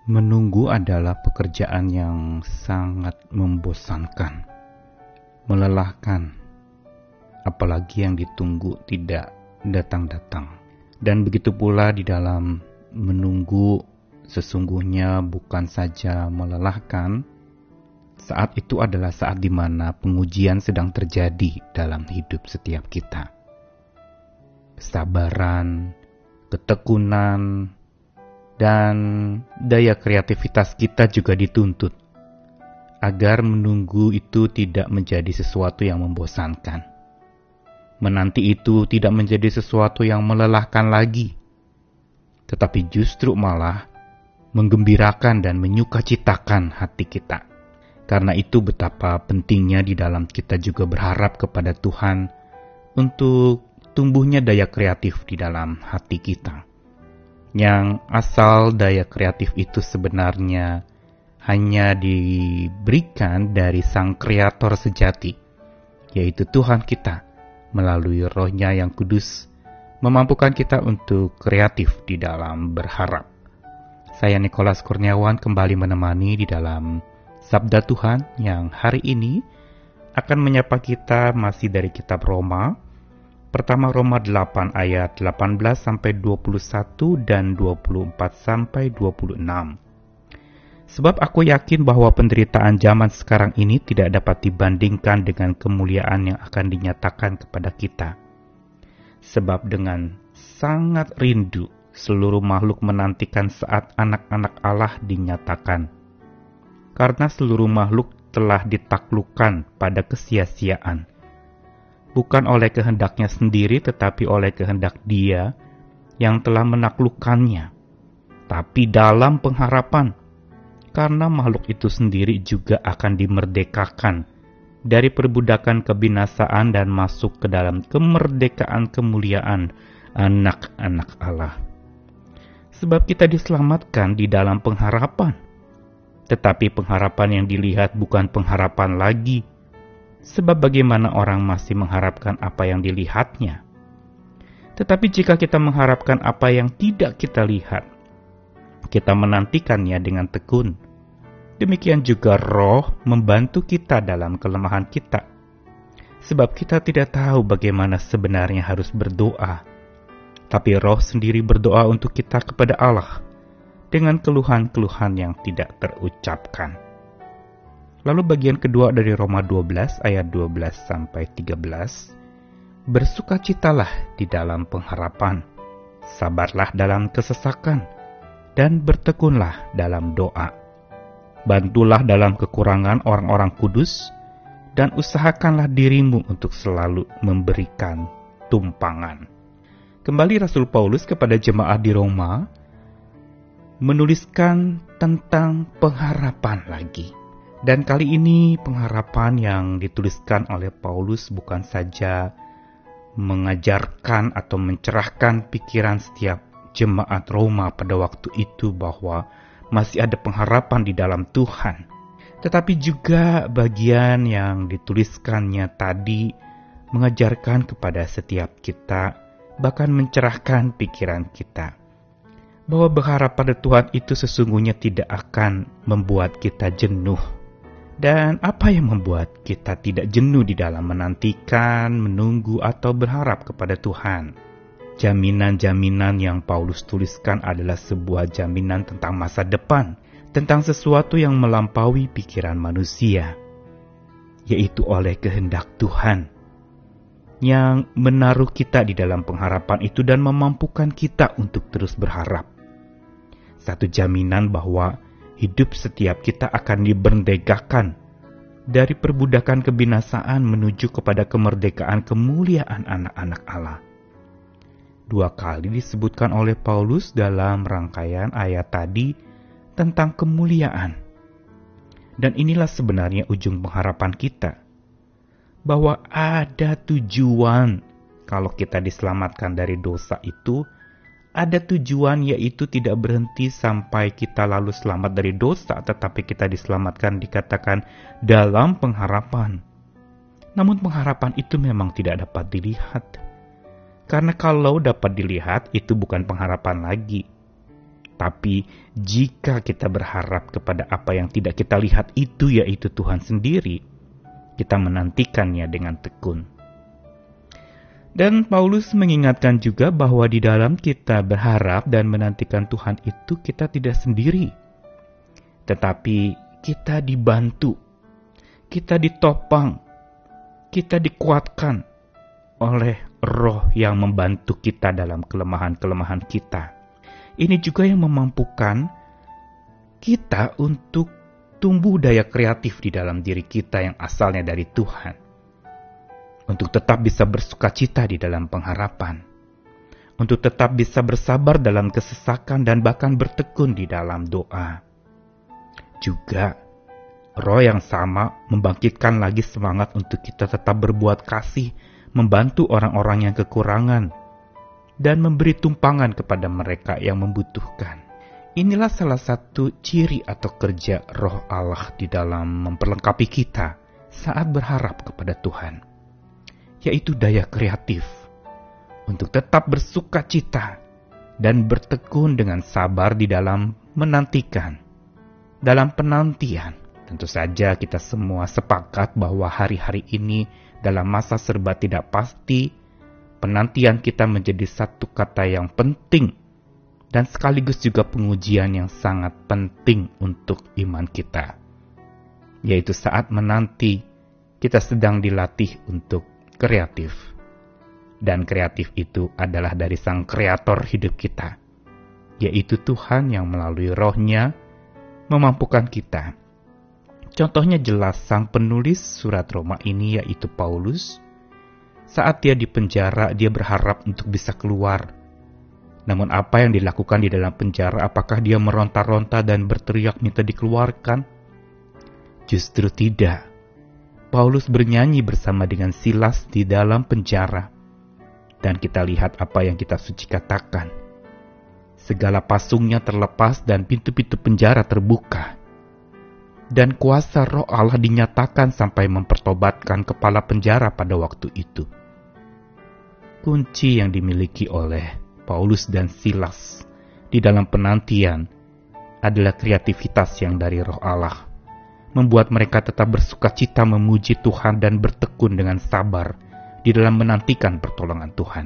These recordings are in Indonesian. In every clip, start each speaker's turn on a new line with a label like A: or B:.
A: Menunggu adalah pekerjaan yang sangat membosankan, melelahkan, apalagi yang ditunggu tidak datang-datang. Dan begitu pula di dalam menunggu, sesungguhnya bukan saja melelahkan, saat itu adalah saat di mana pengujian sedang terjadi dalam hidup setiap kita. Kesabaran, ketekunan, dan daya kreativitas kita juga dituntut agar menunggu itu tidak menjadi sesuatu yang membosankan. Menanti itu tidak menjadi sesuatu yang melelahkan lagi, tetapi justru malah menggembirakan dan menyukacitakan hati kita. Karena itu betapa pentingnya di dalam kita juga berharap kepada Tuhan untuk tumbuhnya daya kreatif di dalam hati kita. Yang asal daya kreatif itu sebenarnya hanya diberikan dari Sang Kreator sejati, yaitu Tuhan kita, melalui Roh-Nya yang kudus, memampukan kita untuk kreatif di dalam berharap. Saya Nikolas Kurniawan kembali menemani di dalam Sabda Tuhan yang hari ini akan menyapa kita masih dari kitab Roma. Pertama Roma 8 ayat 18-21 dan 24-26. Sebab aku yakin bahwa penderitaan zaman sekarang ini tidak dapat dibandingkan dengan kemuliaan yang akan dinyatakan kepada kita. Sebab dengan sangat rindu seluruh makhluk menantikan saat anak-anak Allah dinyatakan. Karena seluruh makhluk telah ditaklukkan pada kesia-siaan. Bukan oleh kehendaknya sendiri, tetapi oleh kehendak Dia yang telah menaklukkannya. Tapi dalam pengharapan, karena makhluk itu sendiri juga akan dimerdekakan dari perbudakan kebinasaan dan masuk ke dalam kemerdekaan kemuliaan anak-anak Allah. Sebab kita diselamatkan di dalam pengharapan. Tetapi pengharapan yang dilihat bukan pengharapan lagi. Sebab bagaimana orang masih mengharapkan apa yang dilihatnya? Tetapi jika kita mengharapkan apa yang tidak kita lihat, kita menantikannya dengan tekun. Demikian juga Roh membantu kita dalam kelemahan kita. Sebab kita tidak tahu bagaimana sebenarnya harus berdoa. Tapi Roh sendiri berdoa untuk kita kepada Allah dengan keluhan-keluhan yang tidak terucapkan. Lalu bagian kedua dari Roma 12 ayat 12-13. Bersukacitalah di dalam pengharapan, sabarlah dalam kesesakan, dan bertekunlah dalam doa. Bantulah dalam kekurangan orang-orang kudus, dan usahakanlah dirimu untuk selalu memberikan tumpangan. Kembali Rasul Paulus kepada jemaat di Roma, menuliskan tentang pengharapan lagi. Dan kali ini pengharapan yang dituliskan oleh Paulus bukan saja mengajarkan atau mencerahkan pikiran setiap jemaat Roma pada waktu itu bahwa masih ada pengharapan di dalam Tuhan. Tetapi juga bagian yang dituliskannya tadi mengajarkan kepada setiap kita, bahkan mencerahkan pikiran kita. Bahwa berharap pada Tuhan itu sesungguhnya tidak akan membuat kita jenuh. Dan apa yang membuat kita tidak jenuh di dalam menantikan, menunggu, atau berharap kepada Tuhan? Jaminan-jaminan yang Paulus tuliskan adalah sebuah jaminan tentang masa depan, tentang sesuatu yang melampaui pikiran manusia, yaitu oleh kehendak Tuhan, yang menaruh kita di dalam pengharapan itu dan memampukan kita untuk terus berharap. Satu jaminan bahwa hidup setiap kita akan dimerdekakan dari perbudakan kebinasaan menuju kepada kemerdekaan kemuliaan anak-anak Allah. 2 kali disebutkan oleh Paulus dalam rangkaian ayat tadi tentang kemuliaan. Dan inilah sebenarnya ujung pengharapan kita. Bahwa ada tujuan kalau kita diselamatkan dari dosa itu. Ada tujuan, yaitu tidak berhenti sampai kita lalu selamat dari dosa, tetapi kita diselamatkan dikatakan dalam pengharapan. Namun pengharapan itu memang tidak dapat dilihat. Karena kalau dapat dilihat, itu bukan pengharapan lagi. Tetapi jika kita berharap kepada apa yang tidak kita lihat itu, yaitu Tuhan sendiri, kita menantikannya dengan tekun. Dan Paulus mengingatkan juga bahwa di dalam kita berharap dan menantikan Tuhan itu kita tidak sendiri. Tetapi kita dibantu, kita ditopang, kita dikuatkan oleh Roh yang membantu kita dalam kelemahan-kelemahan kita. Ini juga yang memampukan kita untuk tumbuh daya kreatif di dalam diri kita yang asalnya dari Tuhan. Untuk tetap bisa bersukacita di dalam pengharapan. Untuk tetap bisa bersabar dalam kesesakan dan bahkan bertekun di dalam doa. Juga, Roh yang sama membangkitkan lagi semangat untuk kita tetap berbuat kasih, membantu orang-orang yang kekurangan, dan memberi tumpangan kepada mereka yang membutuhkan. Inilah salah satu ciri atau kerja Roh Allah di dalam memperlengkapi kita saat berharap kepada Tuhan, yaitu daya kreatif untuk tetap bersukacita dan bertekun dengan sabar di dalam menantikan. Dalam penantian, tentu saja kita semua sepakat bahwa hari-hari ini dalam masa serba tidak pasti, penantian kita menjadi satu kata yang penting dan sekaligus juga pengujian yang sangat penting untuk iman kita. Yaitu saat menanti, kita sedang dilatih untuk kreatif. Dan kreatif itu adalah dari Sang Kreator hidup kita, yaitu Tuhan yang melalui Roh-Nya memampukan kita. Contohnya jelas sang penulis surat Roma ini, yaitu Paulus. Saat dia di penjara, dia berharap untuk bisa keluar. Namun apa yang dilakukan di dalam penjara? Apakah dia meronta-ronta dan berteriak minta dikeluarkan? Justru tidak. Paulus bernyanyi bersama dengan Silas di dalam penjara. Dan kita lihat apa yang kitab suci katakan. Segala pasungnya terlepas dan pintu-pintu penjara terbuka. Dan kuasa Roh Allah dinyatakan sampai mempertobatkan kepala penjara pada waktu itu. Kunci yang dimiliki oleh Paulus dan Silas di dalam penantian adalah kreativitas yang dari Roh Allah, membuat mereka tetap bersukacita memuji Tuhan dan bertekun dengan sabar di dalam menantikan pertolongan Tuhan.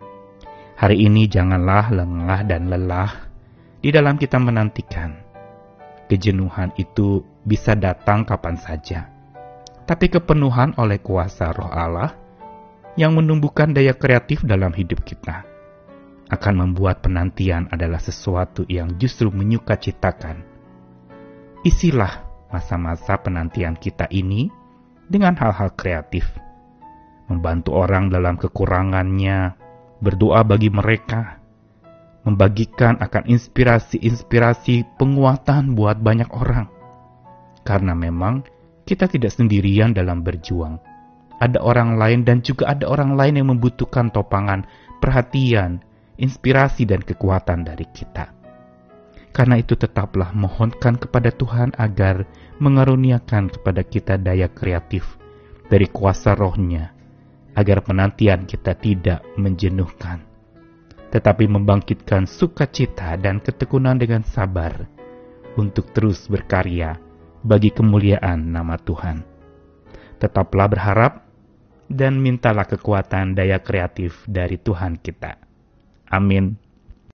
A: Hari ini janganlah lengah dan lelah di dalam kita menantikan. Kejenuhan itu bisa datang kapan saja, tapi kepenuhan oleh kuasa Roh Allah yang menumbuhkan daya kreatif dalam hidup kita akan membuat penantian adalah sesuatu yang justru menyukacitakan. Isilah masa-masa penantian kita ini dengan hal-hal kreatif, membantu orang dalam kekurangannya, berdoa bagi mereka, membagikan akan inspirasi-inspirasi penguatan buat banyak orang. Karena memang kita tidak sendirian dalam berjuang. Ada orang lain dan juga ada orang lain yang membutuhkan topangan, perhatian, inspirasi dan kekuatan dari kita. Karena itu tetaplah mohonkan kepada Tuhan agar mengaruniakan kepada kita daya kreatif dari kuasa Roh-Nya, agar penantian kita tidak menjenuhkan, tetapi membangkitkan sukacita dan ketekunan dengan sabar untuk terus berkarya bagi kemuliaan nama Tuhan. Tetaplah berharap dan mintalah kekuatan daya kreatif dari Tuhan kita. Amin.